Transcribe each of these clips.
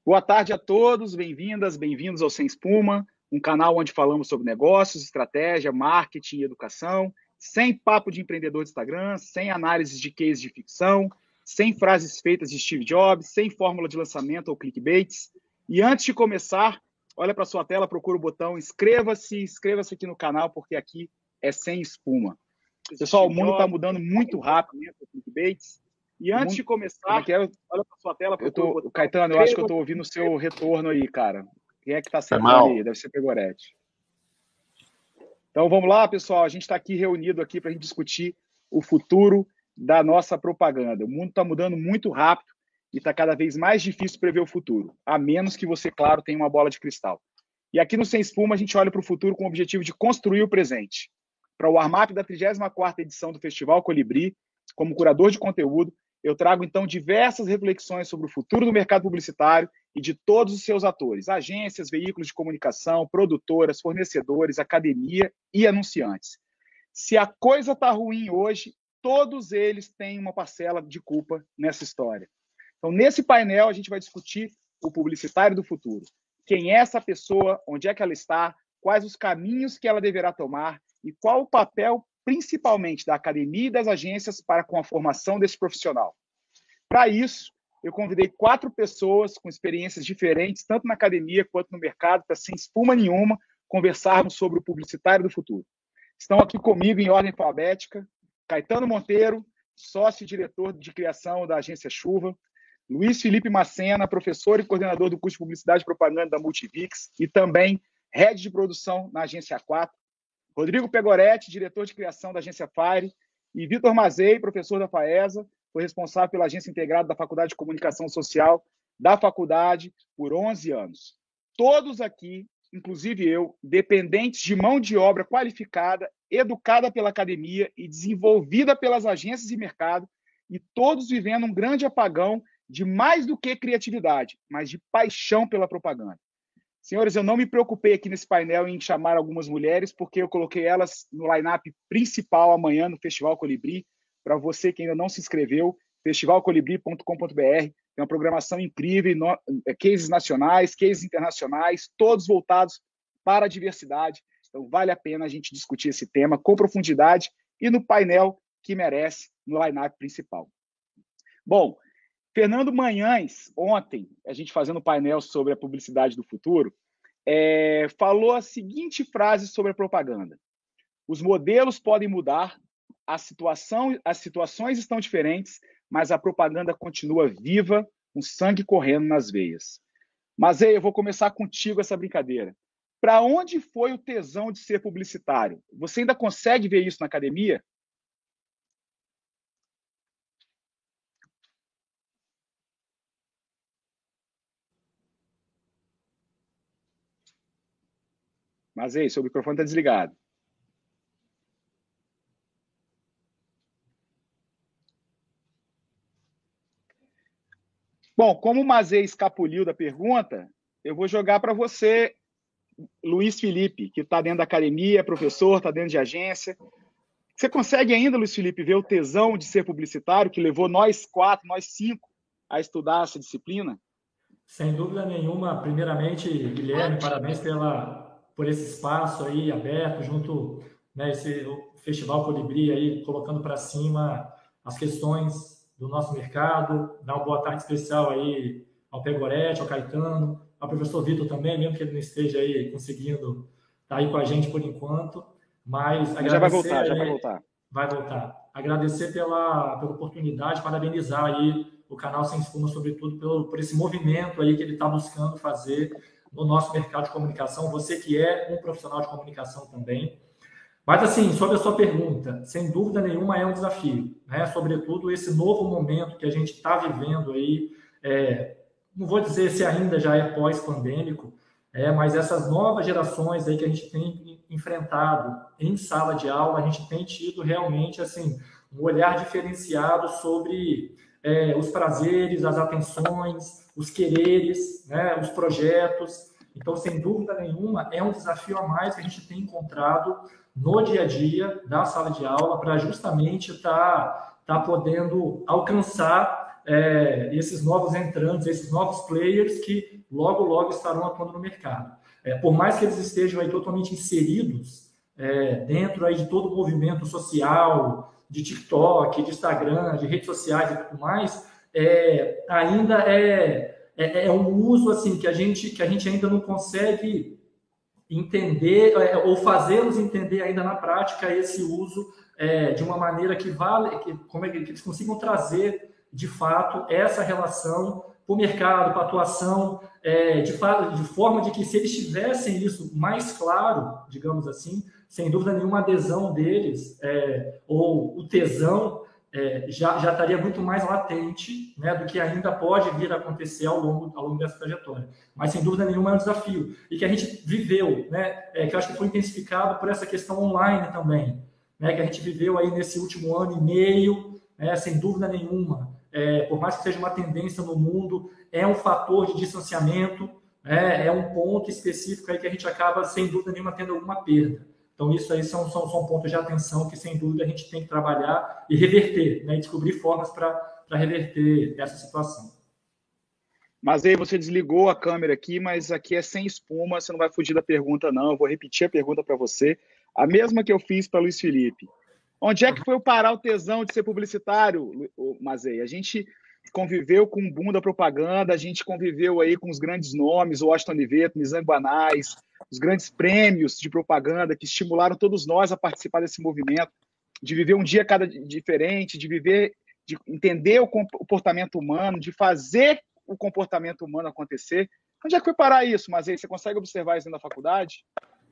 Boa tarde a todos, bem-vindas, bem-vindos ao Sem Espuma, um canal onde falamos sobre negócios, estratégia, marketing e educação, sem papo de empreendedor de Instagram, sem análises de cases de ficção, sem frases feitas de Steve Jobs, sem fórmula de lançamento ou clickbaits. E antes de começar, olha para a sua tela, procura o botão inscreva-se aqui no canal, porque aqui é Sem Espuma. Pessoal, o mundo está mudando muito rápido, clickbaits. E antes de começar, olha para sua tela. Caetano, eu acho que eu estou ouvindo o seu retorno aí, cara. Quem é que está acertando aí? Deve ser Pegorete. Então vamos lá, pessoal. A gente está aqui reunido aqui para a gente discutir o futuro da nossa propaganda. O mundo está mudando muito rápido e está cada vez mais difícil prever o futuro, a menos que você, claro, tenha uma bola de cristal. E aqui no Sem Espuma a gente olha para o futuro com o objetivo de construir o presente. Para o warm-up da 34ª edição do Festival Colibri, como curador de conteúdo, eu trago, então, diversas reflexões sobre o futuro do mercado publicitário e de todos os seus atores, agências, veículos de comunicação, produtoras, fornecedores, academia e anunciantes. Se a coisa está ruim hoje, todos eles têm uma parcela de culpa nessa história. Então, nesse painel, a gente vai discutir o publicitário do futuro. Quem é essa pessoa, onde é que ela está, quais os caminhos que ela deverá tomar e qual o papel principalmente da academia e das agências para com a formação desse profissional. Para isso, eu convidei 4 pessoas com experiências diferentes, tanto na academia quanto no mercado, para, sem espuma nenhuma, conversarmos sobre o publicitário do futuro. Estão aqui comigo, em ordem alfabética, Caetano Monteiro, sócio e diretor de criação da agência Chuva, Luiz Felipe Macena, professor e coordenador do curso de Publicidade e Propaganda da Multivix e também head de produção na agência A4, Rodrigo Pegorete, diretor de criação da agência Fire, e Vitor Mazei, professor da FAESA, foi responsável pela agência integrada da Faculdade de Comunicação Social da faculdade por 11 anos. Todos aqui, inclusive eu, dependentes de mão de obra qualificada, educada pela academia e desenvolvida pelas agências e mercado, e todos vivendo um grande apagão de mais do que criatividade, mas de paixão pela propaganda. Senhores, eu não me preocupei aqui nesse painel em chamar algumas mulheres, porque eu coloquei elas no line-up principal amanhã no Festival Colibri. Para você que ainda não se inscreveu, festivalcolibri.com.br, tem uma programação incrível, cases nacionais, cases internacionais, todos voltados para a diversidade. Então, vale a pena a gente discutir esse tema com profundidade e no painel que merece, no line-up principal. Bom, Fernando Manhães, ontem, a gente fazendo um painel sobre a publicidade do futuro, falou a seguinte frase sobre a propaganda: os modelos podem mudar, as situações estão diferentes, mas a propaganda continua viva, com sangue correndo nas veias. Mas eu vou começar contigo essa brincadeira. Para onde foi o tesão de ser publicitário? Você ainda consegue ver isso na academia? Mas seu microfone está desligado. Bom, como o Mazei escapuliu da pergunta, eu vou jogar para você, Luiz Felipe, que está dentro da academia, é professor, está dentro de agência. Você consegue ainda, Luiz Felipe, ver o tesão de ser publicitário que levou nós 4, nós 5 a estudar essa disciplina? Sem dúvida nenhuma. Primeiramente, Guilherme, parabéns por esse espaço aí aberto, junto, né, o Festival Colibri aí, colocando para cima as questões do nosso mercado. Dar uma boa tarde especial aí ao Pegorete, ao Caetano, ao professor Vitor também, mesmo que ele não esteja aí conseguindo estar aí com a gente por enquanto. Mas já vai voltar. Vai voltar. Agradecer pela oportunidade, parabenizar aí o canal Sem Espuma, sobretudo por esse movimento aí que ele está buscando fazer no nosso mercado de comunicação. Você que é um profissional de comunicação também. Mas, assim, sobre a sua pergunta, sem dúvida nenhuma é um desafio, né? Sobretudo esse novo momento que a gente está vivendo aí, não vou dizer se ainda já é pós-pandêmico, mas essas novas gerações aí que a gente tem enfrentado em sala de aula, a gente tem tido realmente, assim, um olhar diferenciado sobre os prazeres, as atenções, os quereres, né, os projetos. Então, sem dúvida nenhuma, é um desafio a mais que a gente tem encontrado no dia a dia da sala de aula para justamente estar podendo alcançar esses novos entrantes, esses novos players que logo, logo estarão atuando no mercado. Por mais que eles estejam aí totalmente inseridos dentro aí de todo o movimento social, de TikTok, de Instagram, de redes sociais e tudo mais, ainda é um uso assim que a gente ainda não consegue entender ou fazê-los entender ainda na prática esse uso de uma maneira que eles consigam trazer de fato essa relação para o mercado, para a atuação, de forma de que se eles tivessem isso mais claro, digamos assim, sem dúvida nenhuma a adesão deles ou o tesão já estaria muito mais latente, né, do que ainda pode vir a acontecer ao longo dessa trajetória. Mas, sem dúvida nenhuma, é um desafio. E que a gente viveu, né, que eu acho que foi intensificado por essa questão online também, né, que a gente viveu aí nesse último ano e meio, sem dúvida nenhuma. Por mais que seja uma tendência no mundo, é um fator de distanciamento, é um ponto específico aí que a gente acaba, sem dúvida nenhuma, tendo alguma perda. Então, isso aí são pontos de atenção que, sem dúvida, a gente tem que trabalhar e reverter, né? E descobrir formas para reverter essa situação. Mas aí você desligou a câmera aqui, mas aqui é sem espuma, você não vai fugir da pergunta, não. Eu vou repetir a pergunta para você, a mesma que eu fiz para Luiz Felipe. Onde é que foi parar o tesão de ser publicitário, Mazei? A gente conviveu com o boom da propaganda, a gente conviveu aí com os grandes nomes, Washington Oliveto, Nizam Banais, os grandes prêmios de propaganda que estimularam todos nós a participar desse movimento, de viver um dia cada diferente, de entender o comportamento humano, de fazer o comportamento humano acontecer. Onde é que foi parar isso, Mazei? Você consegue observar isso na faculdade?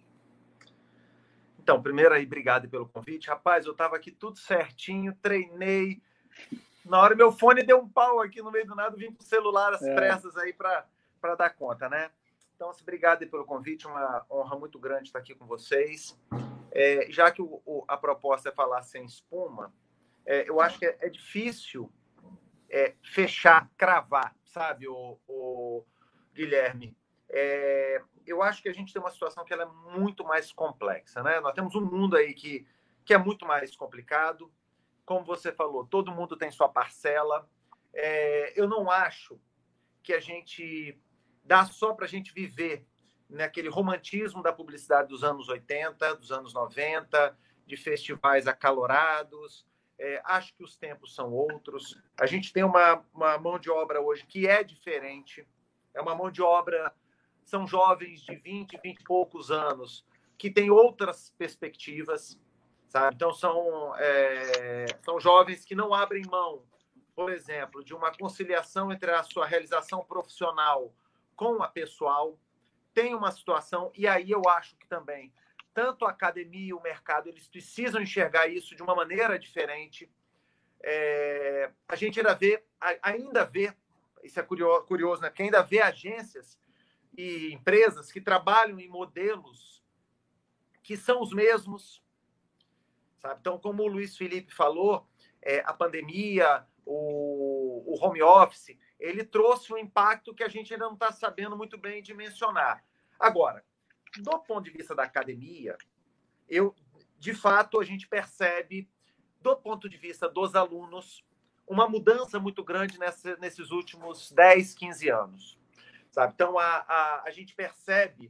Então, primeiro aí, obrigado pelo convite. Rapaz, eu estava aqui tudo certinho, treinei. Na hora meu fone deu um pau aqui no meio do nada, vim com o celular às pressas aí para dar conta, né? Então, obrigado aí pelo convite, uma honra muito grande estar aqui com vocês. Já que a proposta é falar sem espuma, eu acho que é difícil fechar, cravar, sabe, o Guilherme? Eu acho que a gente tem uma situação que ela é muito mais complexa, né? Nós temos um mundo aí que é muito mais complicado. Como você falou, todo mundo tem sua parcela. Eu não acho que a gente dá só para a gente viver naquele romantismo da publicidade dos anos 80, dos anos 90, de festivais acalorados. Acho que os tempos são outros. A gente tem uma mão de obra hoje que é diferente. É uma mão de obra... São jovens de 20 e poucos anos que têm outras perspectivas, sabe? Então, são jovens que não abrem mão, por exemplo, de uma conciliação entre a sua realização profissional com a pessoal. Tem uma situação, e aí eu acho que também, tanto a academia e o mercado, eles precisam enxergar isso de uma maneira diferente. A gente ainda vê, isso é curioso, né? Porque ainda vê agências e empresas que trabalham em modelos que são os mesmos, sabe? Então, como o Luiz Felipe falou, a pandemia, o home office, ele trouxe um impacto que a gente ainda não está sabendo muito bem dimensionar. Agora, do ponto de vista da academia, de fato, a gente percebe, do ponto de vista dos alunos, uma mudança muito grande nesses últimos 10, 15 anos. Sabe? Então, a gente percebe...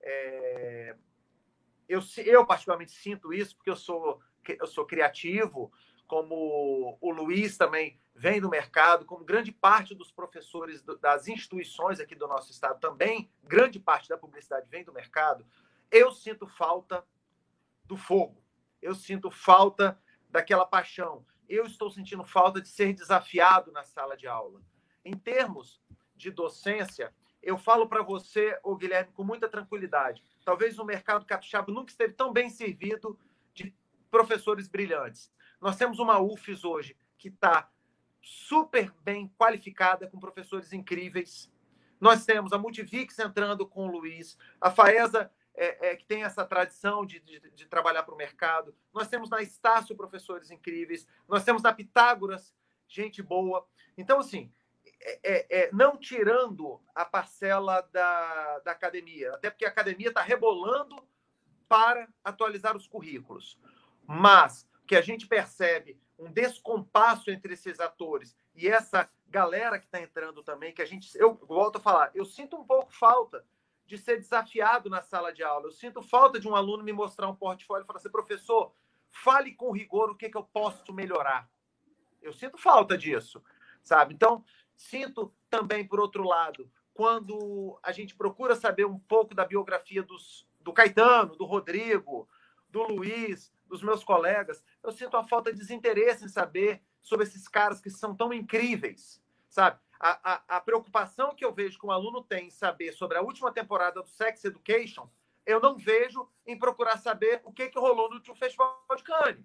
Eu particularmente sinto isso, porque eu sou criativo, como o Luiz também vem do mercado, como grande parte dos professores das instituições aqui do nosso estado também, grande parte da publicidade vem do mercado. Eu sinto falta do fogo, eu sinto falta daquela paixão, eu estou sentindo falta de ser desafiado na sala de aula. Em termos de docência, eu falo para você, Guilherme, com muita tranquilidade, talvez o mercado capixaba nunca esteve tão bem servido de professores brilhantes. Nós temos uma UFES hoje que está super bem qualificada, com professores incríveis. Nós temos a Multivix entrando com o Luiz, a FAESA, que tem essa tradição de trabalhar para o mercado. Nós temos na Estácio professores incríveis. Nós temos na Pitágoras gente boa. Então, assim, não tirando a parcela da academia, até porque a academia está rebolando para atualizar os currículos. Mas que a gente percebe um descompasso entre esses atores e essa galera que está entrando também, que eu volto a falar, eu sinto um pouco falta de ser desafiado na sala de aula. Eu sinto falta de um aluno me mostrar um portfólio e falar assim, professor, fale com rigor o que eu posso melhorar. Eu sinto falta disso, sabe? Então, sinto também, por outro lado, quando a gente procura saber um pouco da biografia do Caetano, do Rodrigo, do Luiz, dos meus colegas, eu sinto a falta de desinteresse em saber sobre esses caras que são tão incríveis, sabe? A preocupação que eu vejo que um aluno tem em saber sobre a última temporada do Sex Education, eu não vejo em procurar saber o que rolou no último Festival de Cannes.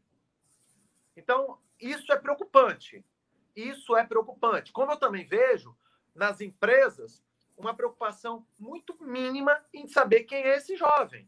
Então, isso é preocupante. Isso é preocupante. Como eu também vejo nas empresas uma preocupação muito mínima em saber quem é esse jovem.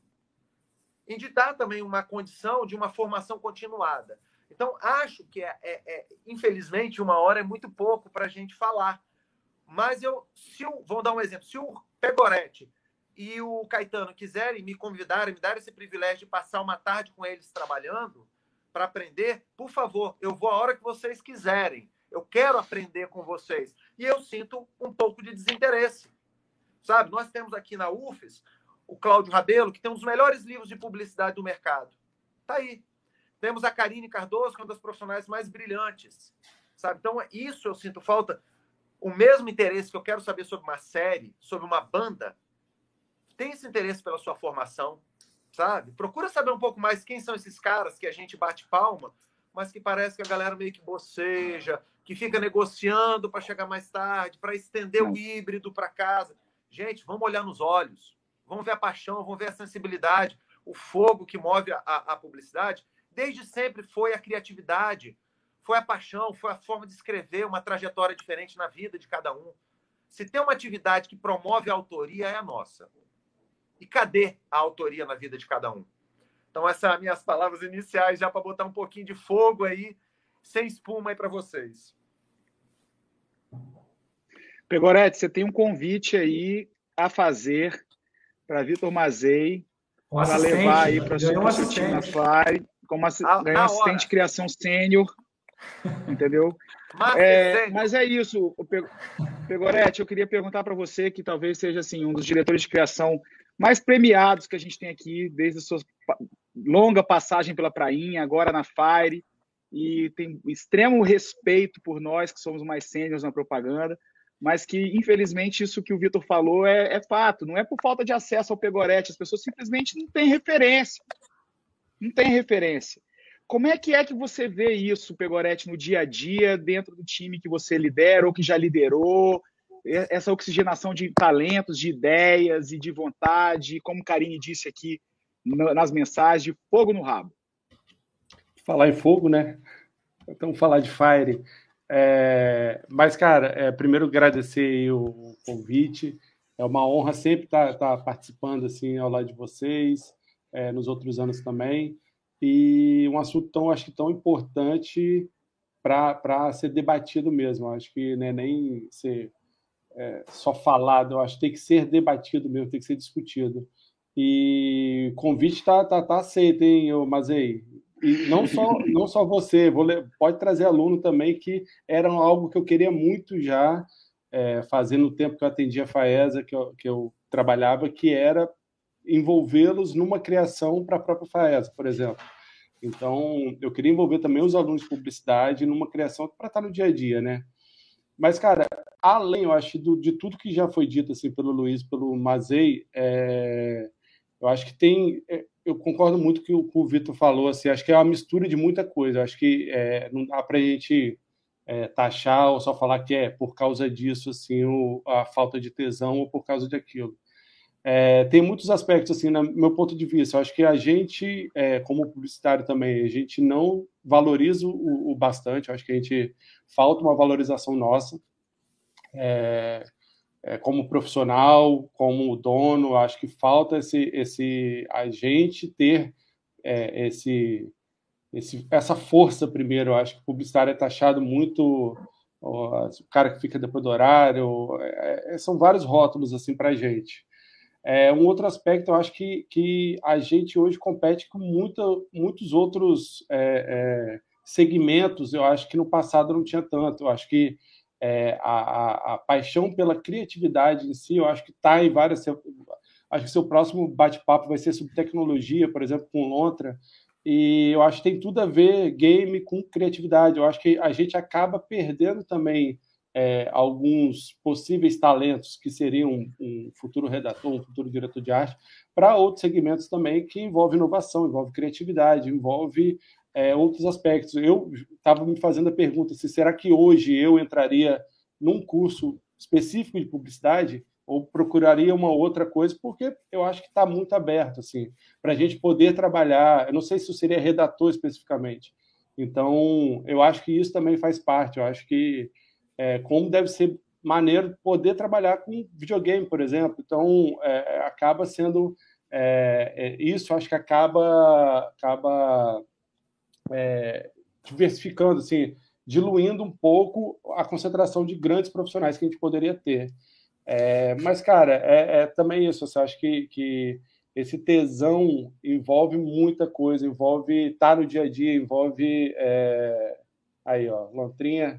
Em de dar também uma condição de uma formação continuada. Então, acho que, infelizmente, 1 hora é muito pouco para a gente falar. Mas vamos dar um exemplo. Se o Pegoretti e o Caetano quiserem me convidarem, me dar esse privilégio de passar uma tarde com eles trabalhando para aprender, por favor, eu vou a hora que vocês quiserem. Eu quero aprender com vocês. E eu sinto um pouco de desinteresse. Sabe? Nós temos aqui na UFES o Cláudio Rabelo, que tem um dos melhores livros de publicidade do mercado. Está aí. Temos a Karine Cardoso, que é uma das profissionais mais brilhantes. Sabe? Então, isso eu sinto falta. O mesmo interesse que eu quero saber sobre uma série, sobre uma banda, tem esse interesse pela sua formação, sabe? Procura saber um pouco mais quem são esses caras que a gente bate palma, mas que parece que a galera meio que boceja, que fica negociando para chegar mais tarde, para estender o híbrido para casa. Gente, vamos olhar nos olhos. Vamos ver a paixão, vamos ver a sensibilidade, o fogo que move a publicidade. Desde sempre foi a criatividade, foi a paixão, foi a forma de escrever uma trajetória diferente na vida de cada um. Se tem uma atividade que promove a autoria, é a nossa. E cadê a autoria na vida de cada um? Então, essas são minhas palavras iniciais, já para botar um pouquinho de fogo aí, sem espuma aí para vocês. Pegoretti, você tem um convite aí a fazer para Vitor Mazei, para levar aí para o seu time na Fly, como assistente de criação sênior, entendeu? Mas é isso, Pegoretti, eu queria perguntar para você, que talvez seja assim, um dos diretores de criação mais premiados que a gente tem aqui, desde a sua longa passagem pela Prainha, agora na Fire, e tem extremo respeito por nós, que somos mais sêniors na propaganda, mas que, infelizmente, isso que o Vitor falou é fato. Não é por falta de acesso ao Pegoretti, as pessoas simplesmente não têm referência. Não tem referência. Como é que você vê isso, Pegoretti, no dia a dia, dentro do time que você lidera ou que já liderou? Essa oxigenação de talentos, de ideias e de vontade, como Karine disse aqui nas mensagens, de fogo no rabo. Falar em fogo, né? Então, falar de Fire. Mas, cara, primeiro agradecer o convite. É uma honra sempre estar participando assim, ao lado de vocês, nos outros anos também. E um assunto acho que tão importante para ser debatido mesmo. Acho que não é nem ser só falado, eu acho que tem que ser debatido mesmo, tem que ser discutido. E o convite tá aceito, hein, Mazei? E não só você, pode trazer aluno também, que era algo que eu queria muito já fazer no tempo que eu atendia a FAESA, que eu trabalhava, que era envolvê-los numa criação para a própria FAESA, por exemplo. Então, eu queria envolver também os alunos de publicidade numa criação para estar no dia a dia, né? Mas, cara, além, eu acho, de tudo que já foi dito assim, pelo Luiz, pelo Mazei, eu acho que eu concordo muito com o que o Vitor falou, assim, acho que é uma mistura de muita coisa. Acho que não dá para a gente taxar ou só falar que é por causa disso, assim, a falta de tesão ou por causa daquilo. Tem muitos aspectos, assim, no meu ponto de vista. Eu acho que a gente, como publicitário também, a gente não valoriza o bastante. Eu acho que a gente falta uma valorização nossa. Como profissional, como dono, acho que falta a gente ter essa força primeiro. Eu acho que o publicitário é taxado muito o cara que fica depois do horário. São vários rótulos assim para a gente. Um outro aspecto, eu acho que a gente hoje compete com muitos outros segmentos. Eu acho que no passado não tinha tanto. Eu acho que a paixão pela criatividade em si, eu acho que está em várias... Acho que seu próximo bate-papo vai ser sobre tecnologia, por exemplo, com Lontra, e eu acho que tem tudo a ver game com criatividade. Eu acho que a gente acaba perdendo também alguns possíveis talentos que seriam um futuro redator, um futuro diretor de arte, para outros segmentos também que envolvem inovação, envolve criatividade, envolve outros aspectos. Eu estava me fazendo a pergunta se será que hoje eu entraria num curso específico de publicidade ou procuraria uma outra coisa, porque eu acho que está muito aberto assim, para a gente poder trabalhar. Eu não sei se eu seria redator especificamente. Então, eu acho que isso também faz parte. Eu acho que como deve ser maneiro poder trabalhar com videogame, por exemplo. Então, acaba sendo... isso acho que acaba diversificando, assim, diluindo um pouco a concentração de grandes profissionais que a gente poderia ter. Mas, cara, também isso. Você acha que esse tesão envolve muita coisa, envolve estar no dia a dia, envolve... aí, ó, Lontrinha...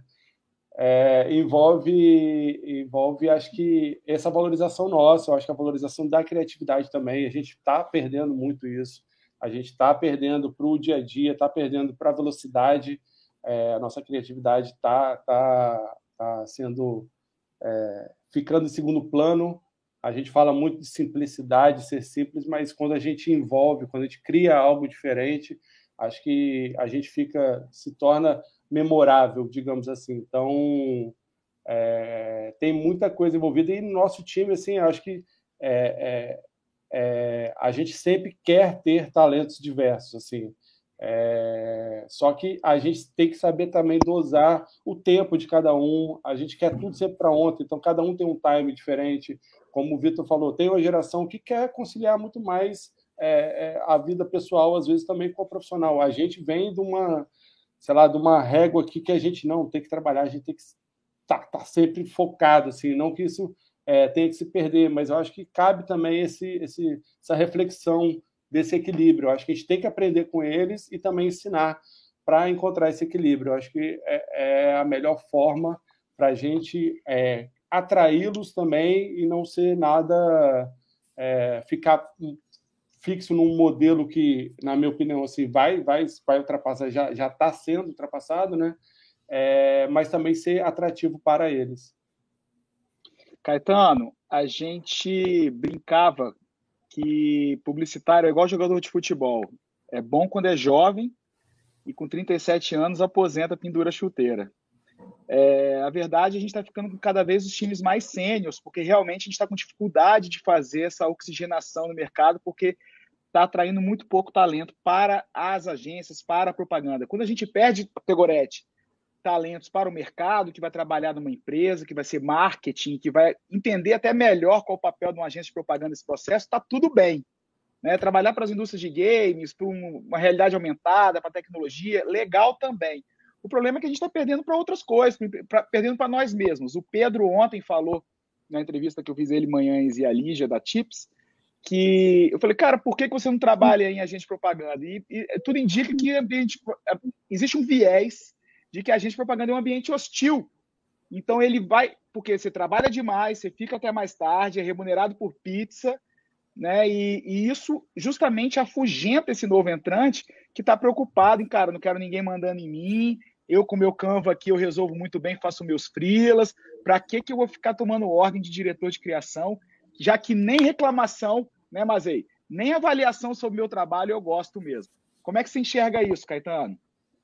envolve, acho que, essa valorização nossa, eu acho que a valorização da criatividade também. A gente está perdendo muito isso. A gente está perdendo para o dia a dia, está perdendo para a velocidade. A nossa criatividade está sendo... ficando em segundo plano. A gente fala muito de simplicidade, ser simples, mas quando a gente envolve, quando a gente cria algo diferente, acho que a gente se torna memorável, digamos assim. Então, tem muita coisa envolvida, e no nosso time, assim, acho que a gente sempre quer ter talentos diversos, assim. Só que a gente tem que saber também dosar o tempo de cada um. A gente quer tudo sempre para ontem, então cada um tem um time diferente. Como o Vitor falou, tem uma geração que quer conciliar muito mais a vida pessoal, às vezes também com a profissional. A gente vem de uma régua aqui que a gente não tem que trabalhar, a gente tem que tá sempre focado, assim, não que isso tenha que se perder, mas eu acho que cabe também essa reflexão desse equilíbrio. Eu acho que a gente tem que aprender com eles e também ensinar para encontrar esse equilíbrio. Eu acho que é a melhor forma para a gente atraí-los também e não ser nada, ficar fixo num modelo que, na minha opinião, assim, vai ultrapassar, já está sendo ultrapassado, né? Mas também ser atrativo para eles. Caetano, a gente brincava que publicitário é igual jogador de futebol. É bom quando é jovem e com 37 anos aposenta, pendura a chuteira. A verdade, a gente está ficando com cada vez os times mais sênios, porque realmente a gente está com dificuldade de fazer essa oxigenação no mercado, porque está atraindo muito pouco talento para as agências, para a propaganda. Quando a gente perde, Pegoretti, talentos para o mercado, que vai trabalhar numa empresa, que vai ser marketing, que vai entender até melhor qual o papel de uma agência de propaganda nesse processo, está tudo bem. Né? Trabalhar para as indústrias de games, para uma realidade aumentada, para tecnologia, legal também. O problema é que a gente está perdendo para outras coisas, perdendo para nós mesmos. O Pedro ontem falou, na entrevista que eu fiz ele, Manhães e a Lígia, da Tips, que eu falei, cara, por que você não trabalha em agente de propaganda? E tudo indica que existe um viés de que a agente de propaganda é um ambiente hostil. Então ele vai, porque você trabalha demais, você fica até mais tarde, é remunerado por pizza, né? E isso justamente afugenta esse novo entrante que está preocupado em, cara, não quero ninguém mandando em mim, eu com meu Canva aqui eu resolvo muito bem, faço meus freelas, para que eu vou ficar tomando ordem de diretor de criação, já que nem reclamação, né, Mazei, nem avaliação sobre o meu trabalho eu gosto mesmo. Como é que você enxerga isso, Caetano?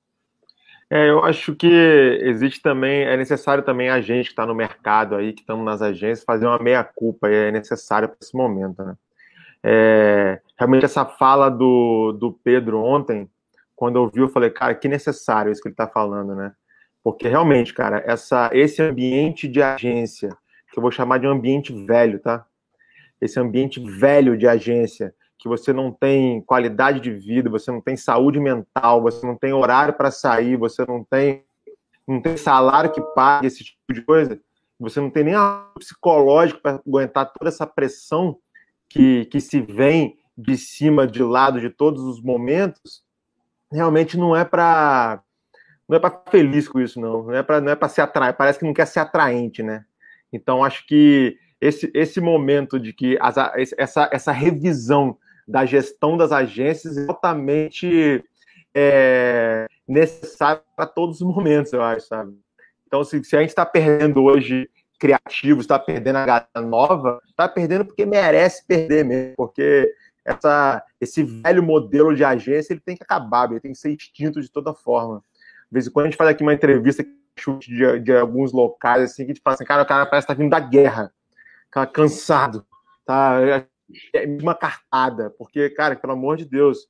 Eu acho que existe também, é necessário também a gente que está no mercado aí, que estamos nas agências, fazer uma meia-culpa, é necessário para esse momento, né? Realmente essa fala do Pedro ontem, quando eu ouvi, eu falei, cara, que necessário isso que ele está falando, né? Porque realmente, cara, esse ambiente de agência, que eu vou chamar de um ambiente velho, tá? Esse ambiente velho de agência, que você não tem qualidade de vida, você não tem saúde mental, você não tem horário para sair, você não tem salário que pague esse tipo de coisa, você não tem nem apoio psicológico para aguentar toda essa pressão que se vem de cima, de lado, de todos os momentos, realmente não é para não é para ficar feliz com isso, não. Não é para se atrair, parece que não quer ser atraente, né? Então, acho que esse momento de que essa revisão da gestão das agências é altamente necessário para todos os momentos, eu acho, sabe? Então, se a gente está perdendo hoje criativos, está perdendo a galera nova, está perdendo porque merece perder mesmo, porque esse velho modelo de agência ele tem que acabar, ele tem que ser extinto de toda forma. De vez em quando a gente faz aqui uma entrevista de alguns locais, assim, que a gente fala assim, cara, o cara parece que tá vindo da guerra, cara, cansado, tá? É uma cartada, porque, cara, pelo amor de Deus,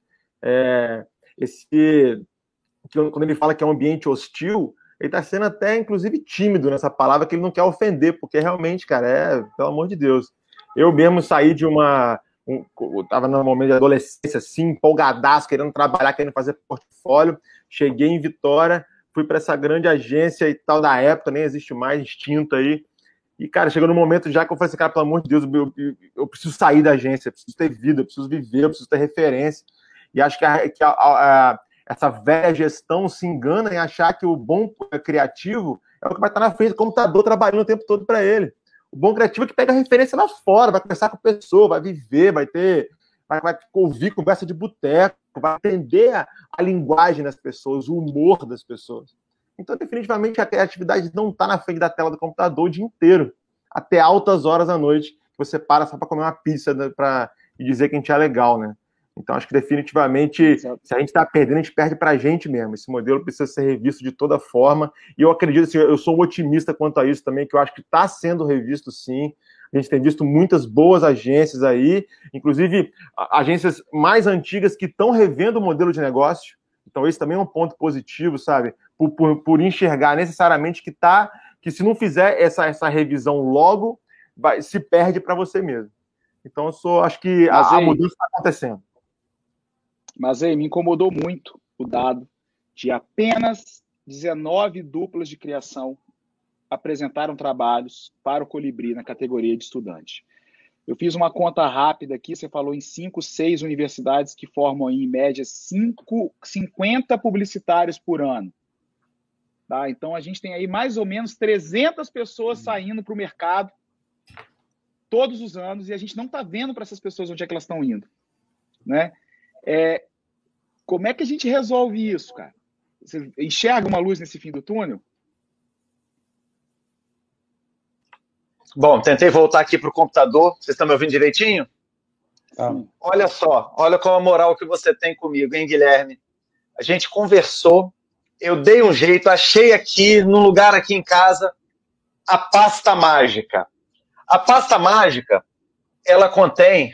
quando ele fala que é um ambiente hostil, ele tá sendo até, inclusive, tímido nessa palavra, que ele não quer ofender, porque realmente, cara, pelo amor de Deus. Eu mesmo saí de eu tava num momento de adolescência, assim, empolgadaço, querendo trabalhar, querendo fazer portfólio, cheguei em Vitória, fui para essa grande agência e tal da época, nem existe mais, extinta aí, e, cara, chegou no momento já que eu falei assim, cara, pelo amor de Deus, eu preciso sair da agência, eu preciso ter vida, eu preciso viver, eu preciso ter referência, e acho que essa velha gestão se engana em achar que o bom criativo é o que vai estar na frente do computador trabalhando o tempo todo para ele. O bom criativo é que pega a referência lá fora, vai conversar com a pessoa, vai viver, vai ouvir conversa de boteco, vai entender a linguagem das pessoas, o humor das pessoas. Então, definitivamente, a criatividade não está na frente da tela do computador o dia inteiro, até altas horas da noite, que você para só para comer uma pizza e dizer que a gente é legal, né? Então, acho que definitivamente, se a gente está perdendo, a gente perde para a gente mesmo. Esse modelo precisa ser revisto de toda forma. E eu acredito, assim, eu sou um otimista quanto a isso também, que eu acho que está sendo revisto, sim. A gente tem visto muitas boas agências aí, inclusive agências mais antigas que estão revendo o modelo de negócio. Então, esse também é um ponto positivo, sabe? Por enxergar necessariamente que se não fizer essa revisão logo, se perde para você mesmo. Então, acho que a mudança está acontecendo. Mas aí me incomodou muito o dado de apenas 19 duplas de criação apresentaram trabalhos para o Colibri na categoria de estudante. Eu fiz uma conta rápida aqui, você falou em 5, 6 universidades que formam em média 50 publicitários por ano. Tá? Então a gente tem aí mais ou menos 300 pessoas saindo para o mercado todos os anos e a gente não está vendo para essas pessoas onde é que elas estão indo. Né? Como é que a gente resolve isso, cara? Você enxerga uma luz nesse fim do túnel? Bom, tentei voltar aqui para o computador. Vocês estão me ouvindo direitinho? Olha só, olha qual a moral que você tem comigo, hein, Guilherme? A gente conversou, eu dei um jeito, achei aqui, num lugar aqui em casa, a pasta mágica. A pasta mágica, ela contém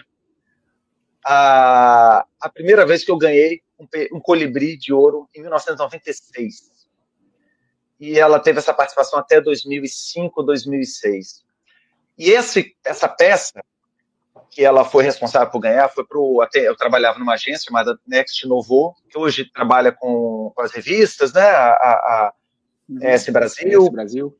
a primeira vez que eu ganhei um colibri de ouro em 1996. E ela teve essa participação até 2005, 2006. E essa peça, que ela foi responsável por ganhar, eu trabalhava numa agência chamada Next Novo, que hoje trabalha com as revistas, né? A S Brasil.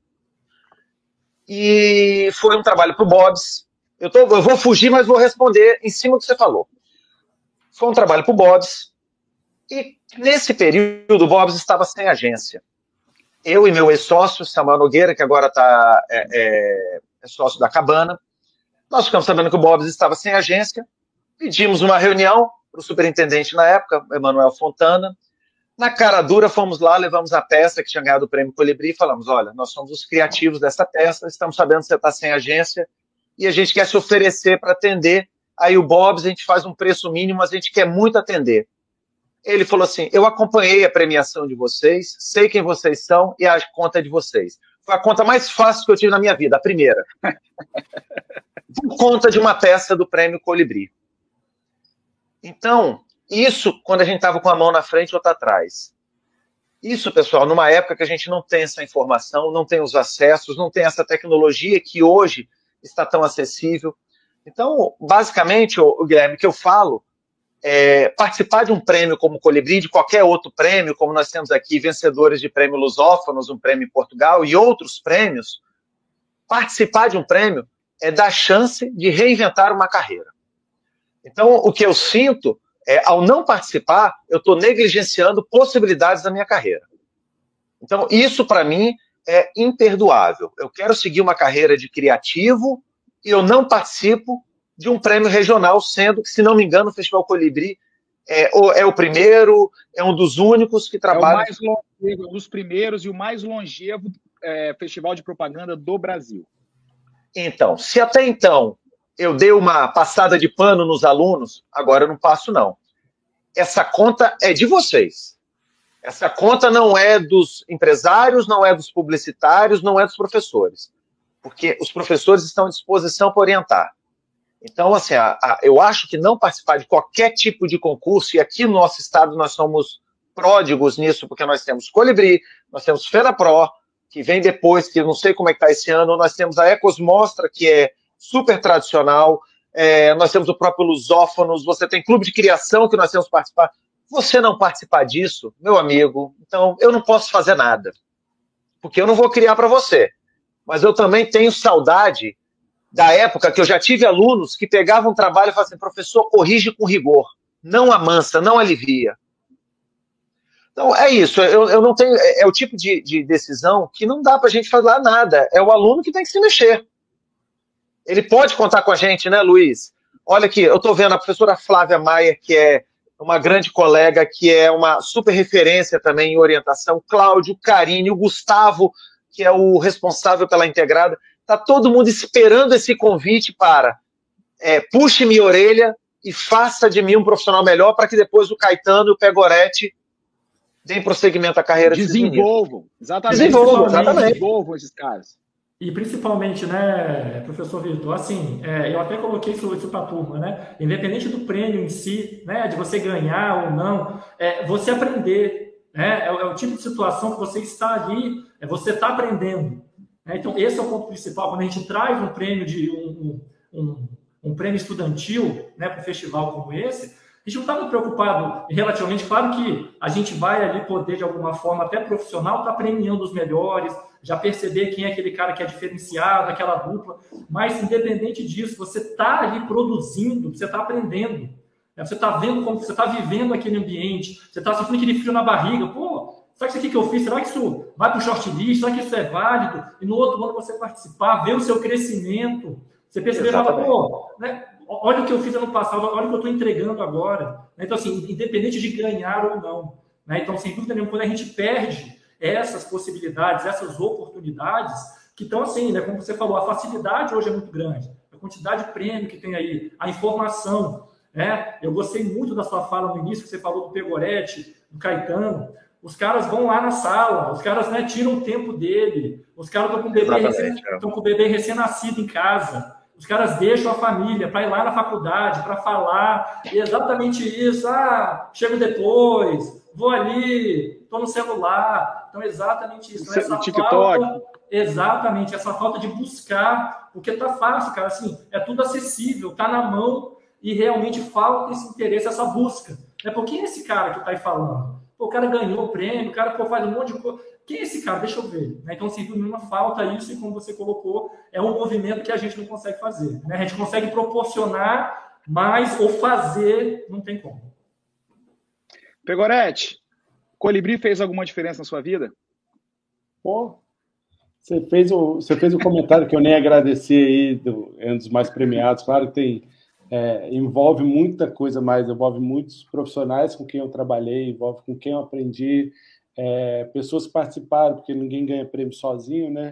E foi um trabalho para o Bob's. Eu vou fugir, mas vou responder em cima do que você falou. Foi um trabalho para o Bob's. E nesse período, o Bob's estava sem agência. Eu e meu ex-sócio, Samuel Nogueira, que agora é sócio da Cabana, nós ficamos sabendo que o Bob's estava sem agência, pedimos uma reunião para o superintendente na época, Emanuel Fontana. Na cara dura, fomos lá, levamos a peça que tinha ganhado o prêmio Colibri e falamos, olha, nós somos os criativos dessa peça, estamos sabendo que você está sem agência e a gente quer se oferecer para atender. Aí o Bob's, a gente faz um preço mínimo, mas a gente quer muito atender. Ele falou assim, eu acompanhei a premiação de vocês, sei quem vocês são e a conta é de vocês. Foi a conta mais fácil que eu tive na minha vida, a primeira. Por conta de uma peça do prêmio Colibri. Então, isso quando a gente estava com a mão na frente ou outra atrás. Isso, pessoal, numa época que a gente não tem essa informação, não tem os acessos, não tem essa tecnologia que hoje está tão acessível. Então, basicamente, o Guilherme, que eu falo, participar de um prêmio como o Colibri, de qualquer outro prêmio, como nós temos aqui, vencedores de prêmio Lusófonos, um prêmio em Portugal e outros prêmios, participar de um prêmio é dar chance de reinventar uma carreira. Então, o que eu sinto ao não participar, eu estou negligenciando possibilidades da minha carreira. Então, isso para mim é imperdoável. Eu quero seguir uma carreira de criativo e eu não participo de um prêmio regional, sendo que, se não me engano, o Festival Colibri é o primeiro, é um dos únicos que trabalha... É o mais longevo, um dos primeiros e o mais longevo festival de propaganda do Brasil. Então, se até então eu dei uma passada de pano nos alunos, agora eu não passo, não. Essa conta é de vocês. Essa conta não é dos empresários, não é dos publicitários, não é dos professores. Porque os professores estão à disposição para orientar. Então, assim, eu acho que não participar de qualquer tipo de concurso, e aqui no nosso estado nós somos pródigos nisso, porque nós temos Colibri, nós temos FENAPRO, que vem depois, que eu não sei como é que está esse ano, nós temos a Ecos Mostra, que é super tradicional, nós temos o próprio Lusófonos, você tem Clube de Criação, que nós temos que participar. Você não participar disso, meu amigo, então eu não posso fazer nada, porque eu não vou criar para você. Mas eu também tenho saudade da época que eu já tive alunos que pegavam um trabalho e falavam assim, professor, corrige com rigor, não amansa, não alivia. Então, é isso, eu não tenho... É o tipo de decisão que não dá para a gente falar nada, é o aluno que tem que se mexer. Ele pode contar com a gente, né, Luiz? Olha aqui, eu estou vendo a professora Flávia Maier, que é uma grande colega, que é uma super referência também em orientação, Cláudio, Carine, o Gustavo, que é o responsável pela integrada. Está todo mundo esperando esse convite para puxe minha orelha e faça de mim um profissional melhor para que depois o Caetano e o Pegoretti deem prosseguimento à carreira desses meninos. Desenvolvam esses caras. E principalmente, né, professor Vitor, assim, eu até coloquei isso para a turma, né? Independente do prêmio em si, né, de você ganhar ou não, você aprender, né? É o tipo de situação que você está ali, você está aprendendo. Né? Então, esse é o ponto principal. Quando a gente traz um prêmio de um prêmio estudantil, né, para um festival como esse, a gente não está muito preocupado relativamente. Claro que a gente vai ali poder, de alguma forma, até profissional, estar premiando os melhores, já perceber quem é aquele cara que é diferenciado, aquela dupla, mas independente disso, você está ali produzindo, você está aprendendo, né? Você está vendo como você está vivendo aquele ambiente, você está sentindo aquele frio na barriga, pô, será que isso aqui que eu fiz, será que isso vai para o shortlist, será que isso é válido? E no outro ano você participar, ver o seu crescimento, você perceber e falar, pô, né? Olha o que eu fiz ano passado, olha o que eu estou entregando agora. Então, assim, independente de ganhar ou não, né? Então, sem dúvida nenhuma, quando a gente perde essas possibilidades, essas oportunidades, que estão assim, né? Como você falou, a facilidade hoje é muito grande, a quantidade de prêmio que tem aí, a informação, né? Eu gostei muito da sua fala no início, que você falou do Pegoretti, do Caetano. Os caras vão lá na sala, os caras, né, tiram o tempo dele, os caras estão com o bebê recém-nascido em casa, os caras deixam a família para ir lá na faculdade, para falar, e exatamente isso, chego depois, vou ali, estou no celular. Então, exatamente isso. Essa TikTok. Exatamente, essa falta de buscar, porque tá fácil, cara, assim, é tudo acessível, tá na mão, e realmente falta esse interesse, essa busca. Por quem é esse cara que tá aí falando? Pô, o cara ganhou o prêmio, o cara faz um monte de coisa. Quem é esse cara? Deixa eu ver. Né? Então, sem dúvida nenhuma, falta isso, e como você colocou, é um movimento que a gente não consegue fazer. Né? A gente consegue proporcionar, mas ou fazer, não tem como. Pegoretti, Colibri fez alguma diferença na sua vida? Pô, você fez o comentário que eu nem agradeci aí, é um dos mais premiados. Claro que tem, envolve muita coisa mais, envolve muitos profissionais com quem eu trabalhei, envolve com quem eu aprendi, pessoas que participaram, porque ninguém ganha prêmio sozinho, né?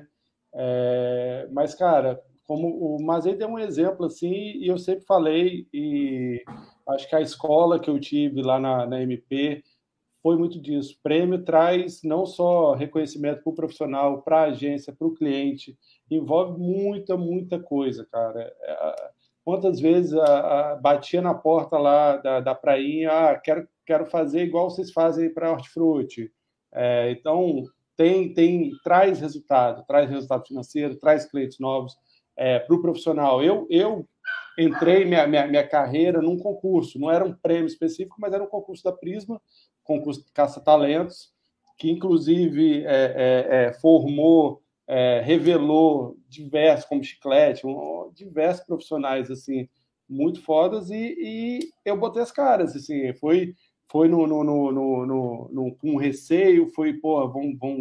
Mas, cara, como o Mazei deu um exemplo, assim, e eu sempre falei, e acho que a escola que eu tive lá na MP foi muito disso. Prêmio traz não só reconhecimento para o profissional, para a agência, para o cliente, envolve muita coisa, cara. Quantas vezes batia na porta lá da prainha, quero fazer igual vocês fazem para Hortifruti. Então, traz resultado financeiro, traz clientes novos para o profissional. Eu entrei minha carreira num concurso, não era um prêmio específico, mas era um concurso da Prisma, concurso de caça-talentos, que inclusive formou, revelou diversos, como Chiclete, diversos profissionais assim, muito fodas, e eu botei as caras, assim, foi com receio, foi, pô,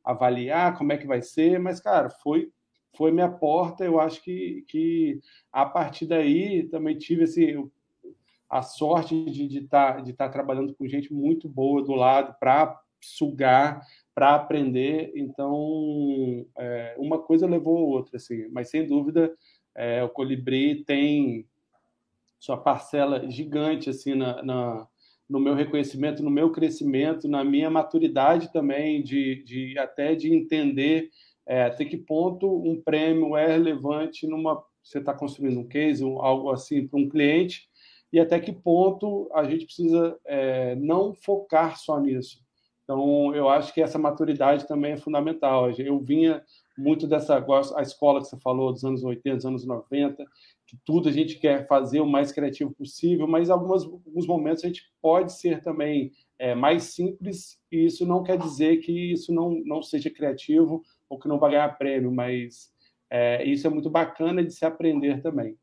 avaliar como é que vai ser, mas, cara, foi minha porta. Eu acho que a partir daí também tive assim, a sorte de estar trabalhando com gente muito boa do lado para sugar, para aprender. Então, uma coisa levou a outra, assim. Mas, sem dúvida, o Colibri tem sua parcela gigante assim, no meu reconhecimento, no meu crescimento, na minha maturidade também, até de entender até que ponto um prêmio é relevante você está construindo um case, algo assim, para um cliente, e até que ponto a gente precisa não focar só nisso. Então, eu acho que essa maturidade também é fundamental. Eu vinha muito a escola que você falou, dos anos 80, dos anos 90, que tudo a gente quer fazer o mais criativo possível, mas em alguns momentos a gente pode ser também mais simples, e isso não quer dizer que isso não seja criativo ou que não vai ganhar prêmio, mas isso é muito bacana de se aprender também.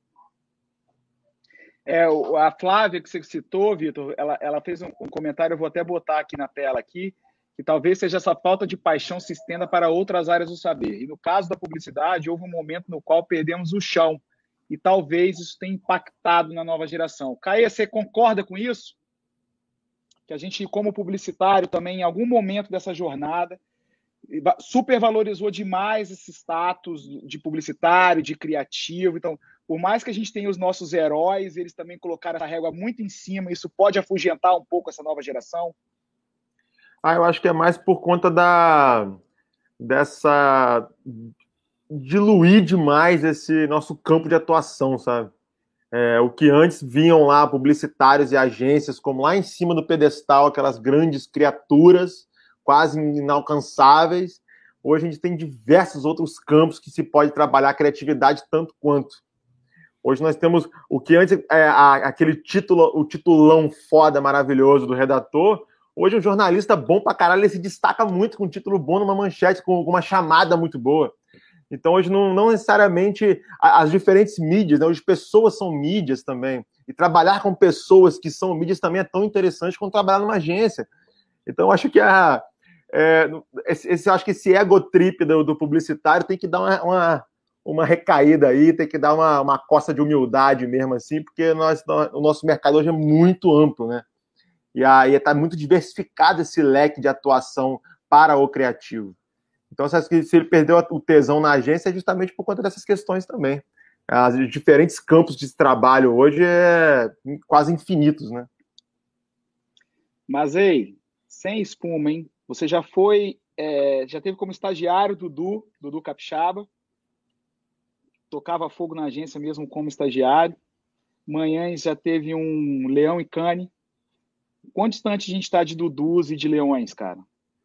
A Flávia, que você citou, Vitor, ela fez um comentário, eu vou até botar aqui na tela, que talvez seja essa falta de paixão se estenda para outras áreas do saber. E no caso da publicidade, houve um momento no qual perdemos o chão, e talvez isso tenha impactado na nova geração. Caia, você concorda com isso? Que a gente, como publicitário, também, em algum momento dessa jornada, supervalorizou demais esse status de publicitário, de criativo. Então, por mais que a gente tenha os nossos heróis, eles também colocaram essa régua muito em cima. Isso pode afugentar um pouco essa nova geração? Eu acho que é mais por conta dessa diluir demais esse nosso campo de atuação, sabe? O que antes vinham lá publicitários e agências como lá em cima do pedestal, aquelas grandes criaturas quase inalcançáveis. Hoje a gente tem diversos outros campos que se pode trabalhar a criatividade tanto quanto. Hoje nós temos o que antes aquele o titulão foda, maravilhoso do redator. Hoje um jornalista bom pra caralho, ele se destaca muito com um título bom numa manchete, com uma chamada muito boa. Então hoje não necessariamente as diferentes mídias, né? Hoje pessoas são mídias também. E trabalhar com pessoas que são mídias também é tão interessante quanto trabalhar numa agência. Então acho que acho que esse ego trip do publicitário tem que dar uma recaída aí, tem que dar uma coça de humildade mesmo assim, porque o nosso mercado hoje é muito amplo, né? E aí está muito diversificado esse leque de atuação para o criativo. Então, se ele perdeu o tesão na agência, é justamente por conta dessas questões também. Os diferentes campos de trabalho hoje quase infinitos, né? Mas, sem espuma, hein? Você já teve como estagiário Dudu Capixaba, tocava fogo na agência mesmo como estagiário. Manhãs já teve um Leão e Cane. Quão distante a gente está de Dudus e de Leões, cara?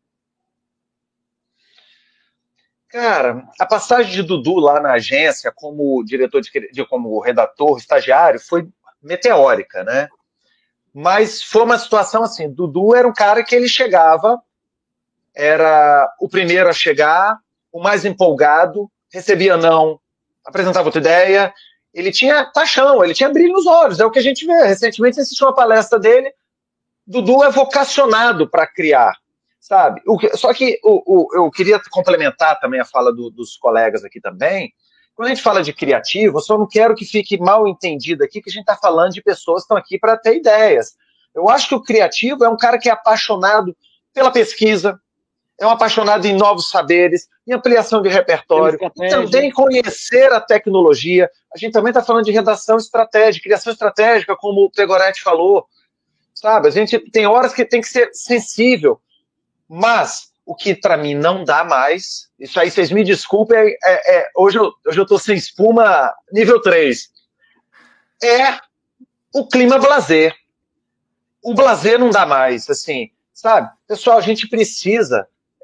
Cara, a passagem de Dudu lá na agência como diretor como redator, estagiário, foi meteórica, né? Mas foi uma situação assim, Dudu era um cara que ele chegava, era o primeiro a chegar, o mais empolgado, recebia não, apresentava outra ideia, ele tinha paixão, ele tinha brilho nos olhos, é o que a gente vê. Recentemente assistiu uma palestra dele, Dudu é vocacionado para criar, sabe? Só que eu queria complementar também a fala dos colegas aqui também. Quando a gente fala de criativo, eu só não quero que fique mal entendido aqui que a gente está falando de pessoas que estão aqui para ter ideias. Eu acho que o criativo é um cara que é apaixonado pela pesquisa, é um apaixonado em novos saberes, em ampliação de repertório, e também conhecer a tecnologia. A gente também está falando de redação estratégica, criação estratégica, como o Pegoretti falou. Sabe? A gente tem horas que tem que ser sensível, mas o que para mim não dá mais, isso aí vocês me desculpem, hoje eu tô sem espuma nível 3, é o clima blasé. O blasé não dá mais, assim, sabe? Pessoal, a gente precisa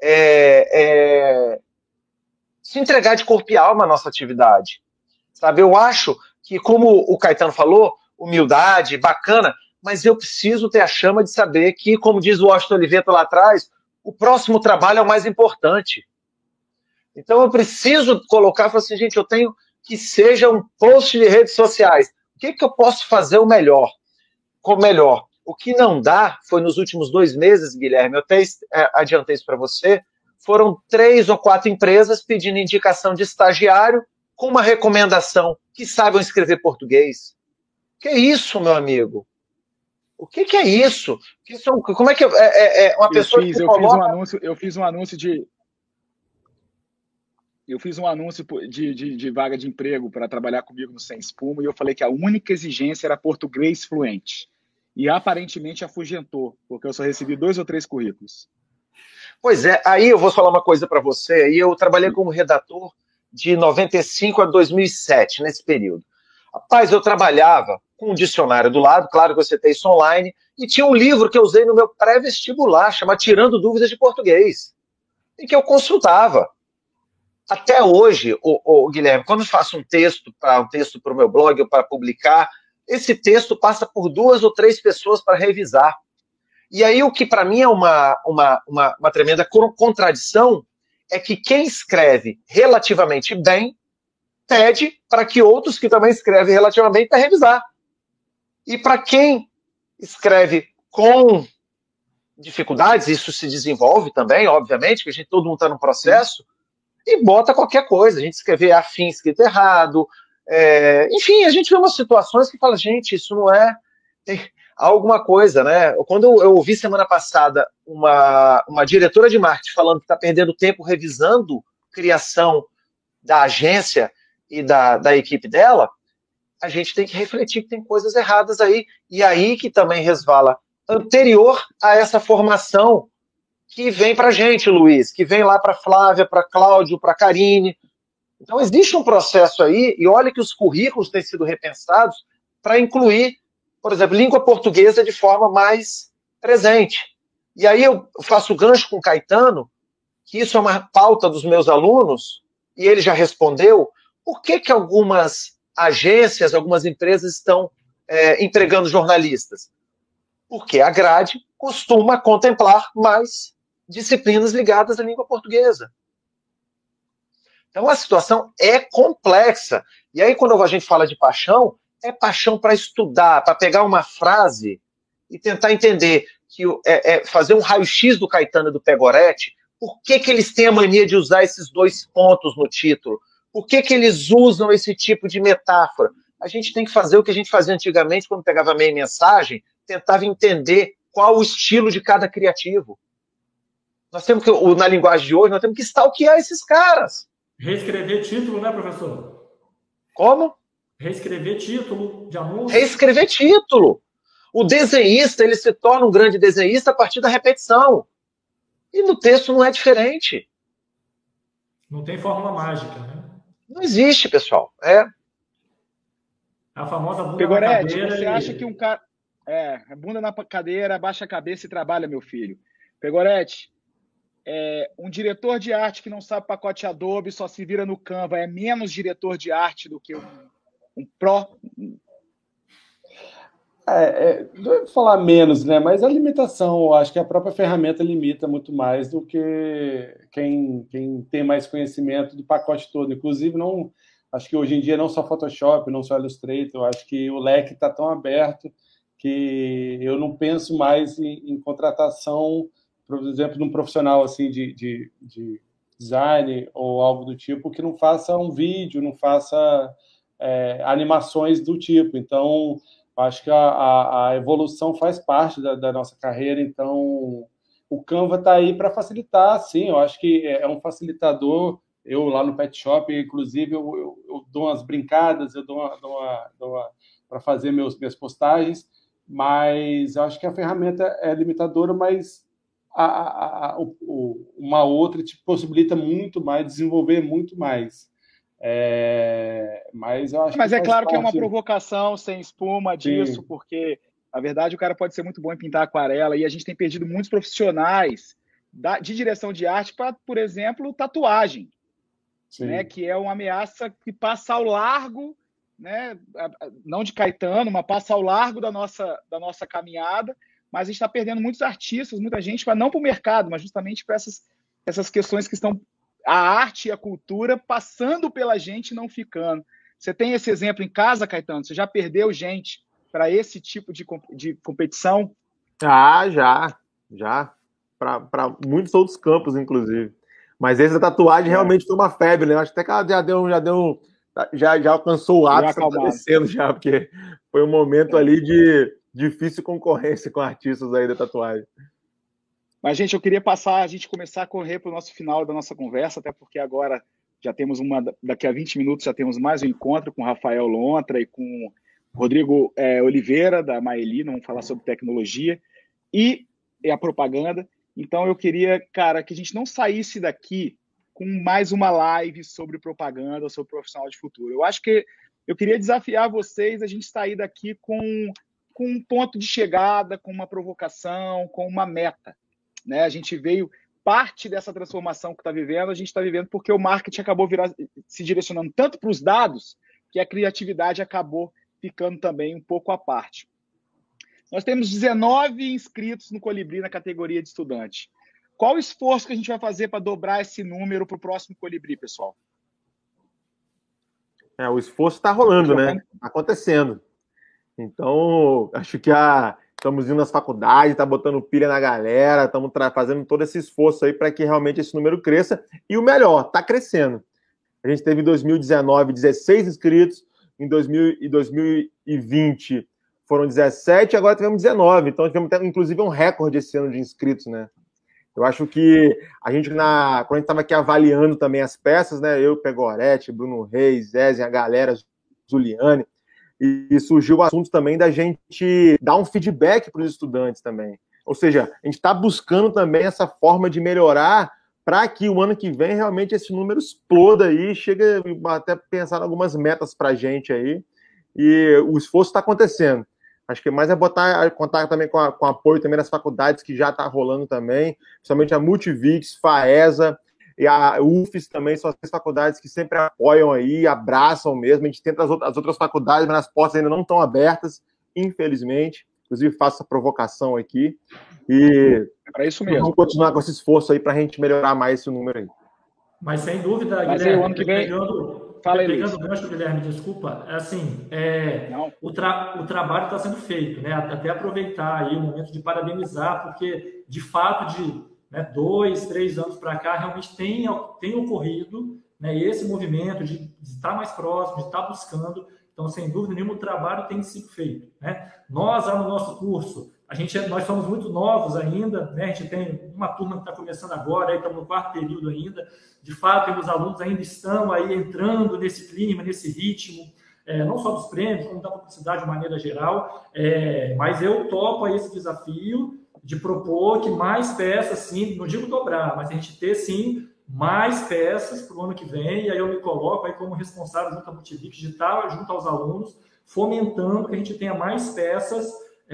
se entregar de corpo e alma à nossa atividade, sabe? Eu acho que, como o Caetano falou, humildade, bacana, mas eu preciso ter a chama de saber que, como diz o Washington Oliveto lá atrás, o próximo trabalho é o mais importante. Então eu preciso colocar, falar assim, gente, eu tenho que seja um post de redes sociais. O que eu posso fazer o melhor? Com melhor. O que não dá foi nos últimos 2 meses, Guilherme, eu até adiantei isso para você, foram 3 ou 4 empresas pedindo indicação de estagiário com uma recomendação que saibam escrever português. Que é isso, meu amigo? O que é isso? Como é que uma pessoa que coloca... Eu fiz um anúncio de vaga de emprego para trabalhar comigo no Sem Espuma, e eu falei que a única exigência era português fluente. E aparentemente afugentou, porque eu só recebi 2 ou 3 currículos. Pois é, aí eu vou falar uma coisa para você. E eu trabalhei como redator de 95 a 2007, nesse período. Rapaz, eu trabalhava com um dicionário do lado, claro que eu citei isso online, e tinha um livro que eu usei no meu pré-vestibular, chamado Tirando Dúvidas de Português, e que eu consultava. Até hoje, Guilherme, quando eu faço um texto para o meu blog ou para publicar, esse texto passa por 2 ou 3 pessoas para revisar. E aí o que para mim é uma tremenda contradição é que quem escreve relativamente bem pede para que outros que também escrevem relativamente para revisar. E para quem escreve com dificuldades, isso se desenvolve também, obviamente, que todo mundo está no processo, e bota qualquer coisa. A gente escrever afim escrito errado. Enfim, a gente vê umas situações que fala, gente, isso não é... Tem alguma coisa, né? Quando eu ouvi semana passada uma diretora de marketing falando que está perdendo tempo revisando criação da agência e da equipe dela, a gente tem que refletir que tem coisas erradas aí. E aí que também resvala anterior a essa formação que vem para a gente, Luiz, que vem lá para Flávia, para Cláudio, para Karine. Então existe um processo aí, e olha que os currículos têm sido repensados para incluir, por exemplo, língua portuguesa de forma mais presente. E aí eu faço gancho com o Caetano, que isso é uma pauta dos meus alunos, e ele já respondeu, por que algumas agências, algumas empresas estão empregando jornalistas? Porque a grade costuma contemplar mais disciplinas ligadas à língua portuguesa. Então a situação é complexa. E aí quando a gente fala de paixão, é paixão para estudar, para pegar uma frase e tentar entender, fazer um raio-x do Caetano e do Pegoretti, por que eles têm a mania de usar esses 2 pontos no título? Por que eles usam esse tipo de metáfora? A gente tem que fazer o que a gente fazia antigamente, quando pegava meia mensagem, tentava entender qual o estilo de cada criativo. Nós temos que, na linguagem de hoje, nós temos que stalkear esses caras. Reescrever título, né, professor? Como? Reescrever título de anúncio. Reescrever título. O desenhista, ele se torna um grande desenhista a partir da repetição. E no texto não é diferente. Não tem fórmula mágica, né? Não existe, pessoal. A famosa bunda Pegoretti, na cadeira. Você acha que um cara... bunda na cadeira, abaixa a cabeça e trabalha, meu filho. Pegoretti, um diretor de arte que não sabe pacote Adobe, só se vira no Canva, é menos diretor de arte do que um pró? Não é falar menos, né? Mas a limitação, eu acho que a própria ferramenta limita muito mais do que quem tem mais conhecimento do pacote todo. Inclusive, acho que hoje em dia não só Photoshop, não só Illustrator, eu acho que o leque está tão aberto que eu não penso mais em contratação, por exemplo, de um profissional assim de design ou algo do tipo que não faça um vídeo, não faça animações do tipo. Então, acho que a evolução faz parte da nossa carreira. Então, o Canva está aí para facilitar, sim. Eu acho que é um facilitador. Eu, lá no Pet Shop, inclusive, eu dou umas brincadas, eu dou para fazer minhas postagens, mas eu acho que a ferramenta é limitadora, mas uma outra te possibilita muito mais, desenvolver muito mais. Mas eu acho é claro que é uma provocação sem espuma disso, sim, porque, na verdade, o cara pode ser muito bom em pintar aquarela, e a gente tem perdido muitos profissionais de direção de arte para, por exemplo, tatuagem, né, que é uma ameaça que passa ao largo, né, não de Caetano, mas passa ao largo da nossa caminhada, mas a gente está perdendo muitos artistas, muita gente, mas não para o mercado, mas justamente para essas questões que estão... a arte e a cultura passando pela gente e não ficando. Você tem esse exemplo em casa, Caetano? Você já perdeu gente para esse tipo de competição? Já. Para muitos outros campos, inclusive. Mas esse da tatuagem realmente foi uma febre, né? Acho até que ela já alcançou o ápice, tá descendo já, porque foi um momento ali de difícil concorrência com artistas aí da tatuagem. Mas, gente, eu queria a gente começar a correr para o nosso final da nossa conversa, até porque agora já temos daqui a 20 minutos já temos mais um encontro com o Rafael Lontra e com o Rodrigo Oliveira, da Maelina, vamos falar sobre tecnologia e a propaganda. Então, eu queria, cara, que a gente não saísse daqui com mais uma live sobre propaganda, sobre profissional de futuro. Eu acho que eu queria desafiar vocês a gente sair daqui com um ponto de chegada, com uma provocação, com uma meta. Né? A gente veio, parte dessa transformação que está vivendo, a gente está vivendo porque o marketing acabou se direcionando tanto para os dados que a criatividade acabou ficando também um pouco à parte. Nós temos 19 inscritos no Colibri na categoria de estudante. Qual o esforço que a gente vai fazer para dobrar esse número para o próximo Colibri, pessoal? O esforço está rolando, né? Está acontecendo. Então, acho que estamos indo nas faculdades, está botando pilha na galera, estamos fazendo todo esse esforço aí para que realmente esse número cresça. E o melhor, está crescendo. A gente teve em 2019 16 inscritos, em 2020 foram 17, agora tivemos 19. Então, tivemos inclusive um recorde esse ano de inscritos, né? Eu acho que a gente, quando a gente estava aqui avaliando também as peças, né? Eu, Pegoretti, Bruno Reis, Zezé, a galera, Juliane, e surgiu o assunto também da gente dar um feedback para os estudantes também. Ou seja, a gente está buscando também essa forma de melhorar para que o ano que vem realmente esse número exploda aí, chega até pensar em algumas metas para a gente aí, e o esforço está acontecendo. Acho que mais é contar também com o apoio também das faculdades que já está rolando também, principalmente a Multivix, FAESA e a UFES também, são as faculdades que sempre apoiam aí, abraçam mesmo. A gente tenta as outras faculdades, mas as portas ainda não estão abertas, infelizmente. Inclusive, faço essa provocação aqui. E para isso mesmo. Vamos continuar com esse esforço aí para a gente melhorar mais esse número aí. Mas sem dúvida, mas Guilherme, o ano que vem... pegando o gancho, Guilherme, desculpa, o trabalho está sendo feito, né? Até aproveitar aí o momento de parabenizar, porque de fato de 2, 3 anos para cá realmente tem ocorrido, né, esse movimento de estar mais próximo, de estar buscando. Então, sem dúvida nenhuma, o trabalho tem sido feito, né? Nós, lá no nosso curso, nós somos muito novos ainda, né? A gente tem uma turma que está começando agora, aí estamos no 4º período ainda. De fato, os alunos ainda estão aí entrando nesse clima, nesse ritmo, não só dos prêmios, como da publicidade de maneira geral. Mas eu topo aí esse desafio de propor que mais peças, sim, não digo dobrar, mas a gente ter, sim, mais peças para o ano que vem, e aí eu me coloco aí como responsável junto à Multivix Digital, junto aos alunos, fomentando que a gente tenha mais peças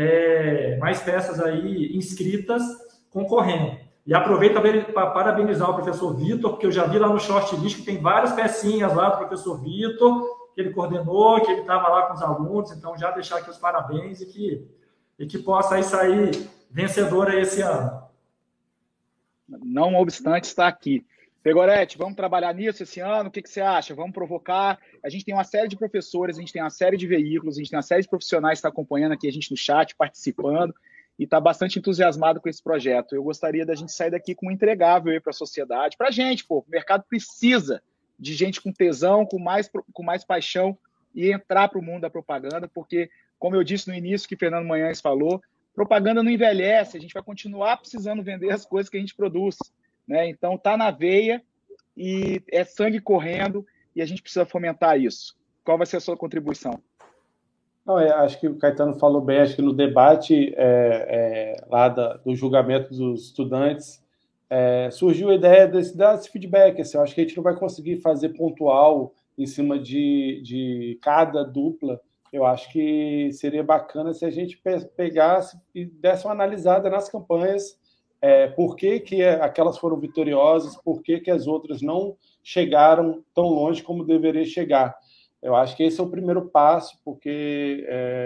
aí inscritas concorrendo. E aproveito para parabenizar o professor Vitor, porque eu já vi lá no shortlist que tem várias pecinhas lá do professor Vitor, que ele coordenou, que ele estava lá com os alunos, então já deixar aqui os parabéns e que possa aí sair vencedor aí esse ano. Não obstante, está aqui. Pegoretti, vamos trabalhar nisso esse ano? O que você acha? Vamos provocar? A gente tem uma série de professores, a gente tem uma série de veículos, a gente tem uma série de profissionais que estão acompanhando aqui a gente no chat, participando, e está bastante entusiasmado com esse projeto. Eu gostaria da gente sair daqui com um entregável para a sociedade, para a gente, o mercado precisa de gente com tesão, com mais paixão e entrar para o mundo da propaganda, porque, como eu disse no início, que Fernando Manhães falou, propaganda não envelhece, a gente vai continuar precisando vender as coisas que a gente produz, né? Então, está na veia e é sangue correndo e a gente precisa fomentar isso. Qual vai ser a sua contribuição? Não, acho que o Caetano falou bem, acho que no debate lá do julgamento dos estudantes surgiu a ideia dar esse feedback. Assim, eu acho que a gente não vai conseguir fazer pontual em cima de cada dupla. Eu acho que seria bacana se a gente pegasse e desse uma analisada nas campanhas, por que aquelas foram vitoriosas, por que as outras não chegaram tão longe como deveria chegar. Eu acho que esse é o primeiro passo, porque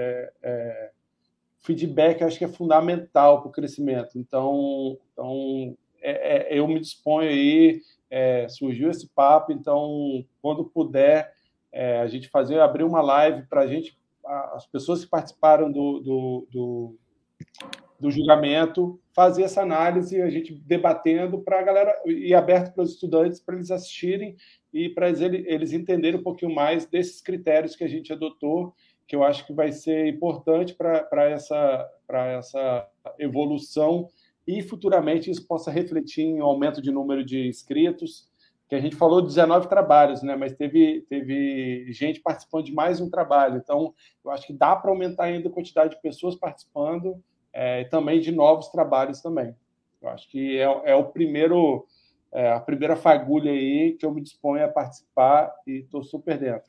feedback eu acho que é fundamental para o crescimento. Então eu me disponho aí, surgiu esse papo, então, quando puder, a gente abrir uma live para a gente, as pessoas que participaram do julgamento, fazer essa análise, a gente debatendo para a galera, e aberto para os estudantes, para eles assistirem e para eles entenderem um pouquinho mais desses critérios que a gente adotou, que eu acho que vai ser importante para essa evolução e futuramente isso possa refletir em aumento de número de inscritos, que a gente falou de 19 trabalhos, né? Mas teve gente participando de mais um trabalho, então eu acho que dá para aumentar ainda a quantidade de pessoas participando e também de novos trabalhos também. Eu acho que é a primeira fagulha aí que eu me disponho a participar e estou super dentro.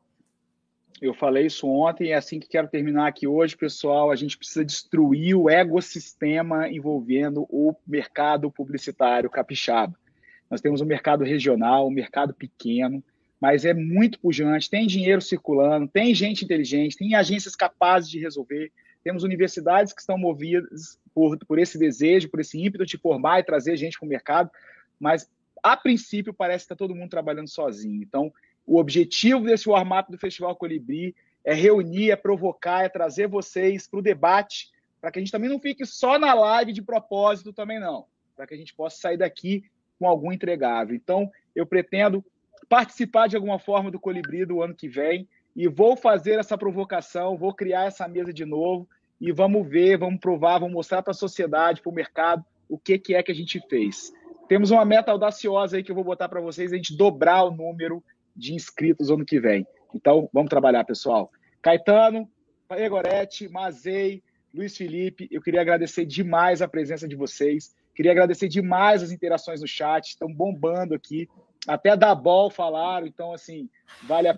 Eu falei isso ontem, é assim que quero terminar aqui hoje, pessoal. A gente precisa destruir o ecossistema envolvendo o mercado publicitário capixaba. Nós temos um mercado regional, um mercado pequeno, mas é muito pujante, tem dinheiro circulando, tem gente inteligente, tem agências capazes de resolver, temos universidades que estão movidas por esse desejo, por esse ímpeto de formar e trazer gente para o mercado, mas, a princípio, parece que está todo mundo trabalhando sozinho. Então, o objetivo desse warm-up do Festival Colibri é reunir, é provocar, é trazer vocês para o debate, para que a gente também não fique só na live de propósito também não, para que a gente possa sair daqui com algum entregável. Então, eu pretendo participar de alguma forma do Colibri do ano que vem e vou fazer essa provocação, vou criar essa mesa de novo e vamos ver, vamos provar, vamos mostrar para a sociedade, para o mercado, o que é que a gente fez. Temos uma meta audaciosa aí que eu vou botar para vocês, a gente dobrar o número de inscritos ano que vem. Então, vamos trabalhar, pessoal. Caetano, Egorete, Mazei, Luiz Felipe, eu queria agradecer demais a presença de vocês. Queria agradecer demais as interações no chat, estão bombando aqui. Até da Bol falaram, então, assim, vale a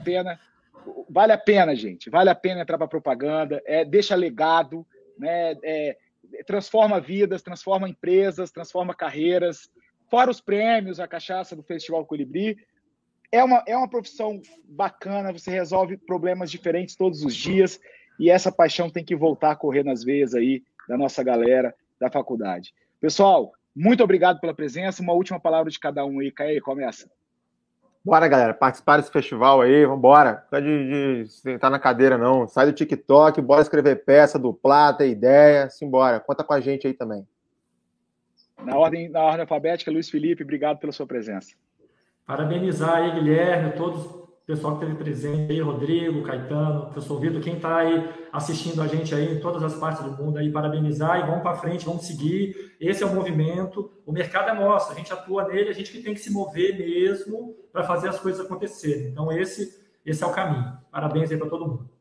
pena, gente. Vale a pena entrar para propaganda, deixa legado, né? Transforma vidas, transforma empresas, transforma carreiras. Fora os prêmios, a cachaça do Festival Colibri. É uma profissão bacana, você resolve problemas diferentes todos os dias e essa paixão tem que voltar a correr nas veias aí da nossa galera da faculdade. Pessoal, muito obrigado pela presença. Uma última palavra de cada um aí. Caê, começa. Bora, galera. Participar desse festival aí. Vambora. Não é de sentar na cadeira, não. Sai do TikTok, bora escrever peça, dublar, ter ideia. Simbora. Conta com a gente aí também. Na ordem alfabética, Luiz Felipe, obrigado pela sua presença. Parabenizar aí, Guilherme, todos o pessoal que esteve presente aí, Rodrigo, Caetano, professor Vitor, quem está aí assistindo a gente aí em todas as partes do mundo aí, parabenizar e vamos para frente, vamos seguir. Esse é o movimento, o mercado é nosso, a gente atua nele, a gente que tem que se mover mesmo para fazer as coisas acontecerem. Então esse é o caminho. Parabéns aí para todo mundo.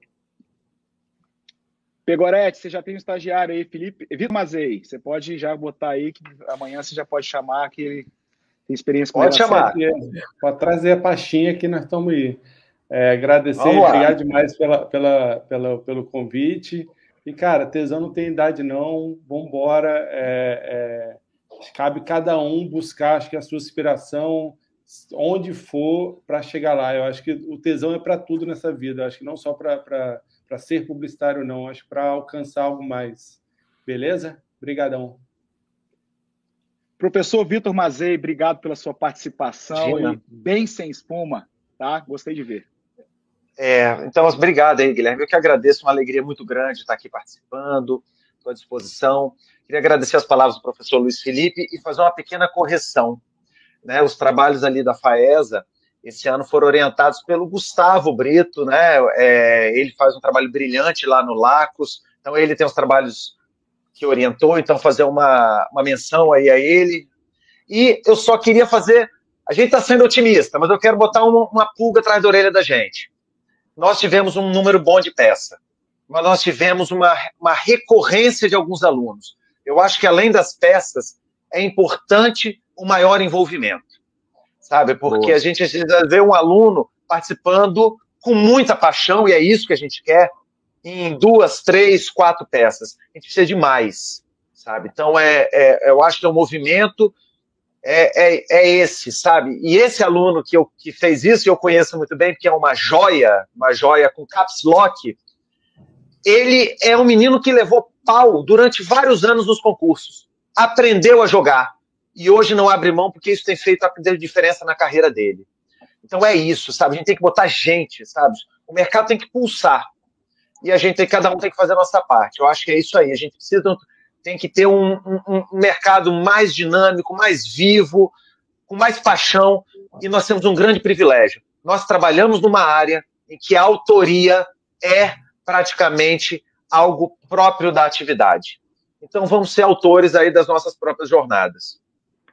Pegorete, você já tem um estagiário aí, Felipe. Vitor Mazei, você pode já botar aí, que amanhã você já pode chamar, que ele tem experiência com pode chamar. Pode trazer a pastinha que nós estamos aí. Agradecer, obrigado demais pelo convite. E, cara, tesão não tem idade, não. Vamos embora. Cabe cada um buscar, acho que a sua inspiração, onde for, para chegar lá. Eu acho que o tesão é para tudo nessa vida. Eu acho que não só para ser publicitário, não. Eu acho que para alcançar algo mais. Beleza? Obrigadão. Professor Vitor Mazei, obrigado pela sua participação. E bem sem espuma, tá? Gostei de ver. Então, obrigado aí, Guilherme. Eu que agradeço, uma alegria muito grande estar aqui participando, estou à disposição. Queria agradecer as palavras do professor Luiz Felipe e fazer uma pequena correção, né? Os trabalhos ali da FAESA, esse ano, foram orientados pelo Gustavo Brito, né? Ele faz um trabalho brilhante lá no Lacos, então ele tem os trabalhos que orientou, então fazer uma menção aí a ele. E eu só queria fazer... A gente está sendo otimista, mas eu quero botar uma pulga atrás da orelha da gente. Nós tivemos um número bom de peça, mas nós tivemos uma recorrência de alguns alunos. Eu acho que, além das peças, é importante o maior envolvimento, sabe? Porque a gente vê um aluno participando com muita paixão, e é isso que a gente quer, em 2, 3, 4 peças. A gente precisa de mais, sabe? Então, eu acho que o movimento esse, sabe? E esse aluno que fez isso, eu conheço muito bem, porque é uma joia com caps lock, ele é um menino que levou pau durante vários anos nos concursos, aprendeu a jogar, e hoje não abre mão, porque isso tem feito a diferença na carreira dele. Então é isso, sabe? A gente tem que botar gente, sabe? O mercado tem que pulsar. E cada um tem que fazer a nossa parte. Eu acho que é isso aí. A gente precisa tem que ter um mercado mais dinâmico, mais vivo, com mais paixão, e nós temos um grande privilégio. Nós trabalhamos numa área em que a autoria é praticamente algo próprio da atividade. Então vamos ser autores aí das nossas próprias jornadas.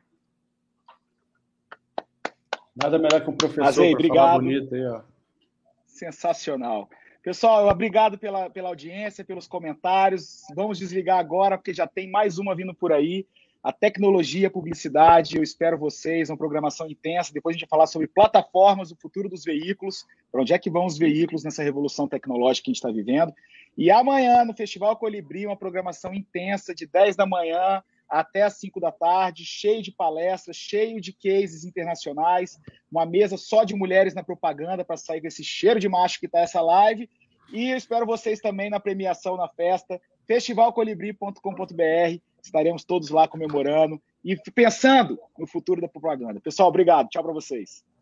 Nada melhor que um professor para falar bonito aí, ó. Sensacional. Pessoal, obrigado pela audiência, pelos comentários. Vamos desligar agora, porque já tem mais uma vindo por aí. A tecnologia, a publicidade, eu espero vocês, uma programação intensa. Depois a gente vai falar sobre plataformas, o futuro dos veículos, para onde é que vão os veículos nessa revolução tecnológica que a gente está vivendo. E amanhã, no Festival Colibri, uma programação intensa de 10 da manhã até as 5 da tarde, cheio de palestras, cheio de cases internacionais, uma mesa só de mulheres na propaganda para sair com esse cheiro de macho que está essa live. E eu espero vocês também na premiação, na festa, festivalcolibri.com.br. Estaremos todos lá comemorando e pensando no futuro da propaganda. Pessoal, obrigado. Tchau para vocês.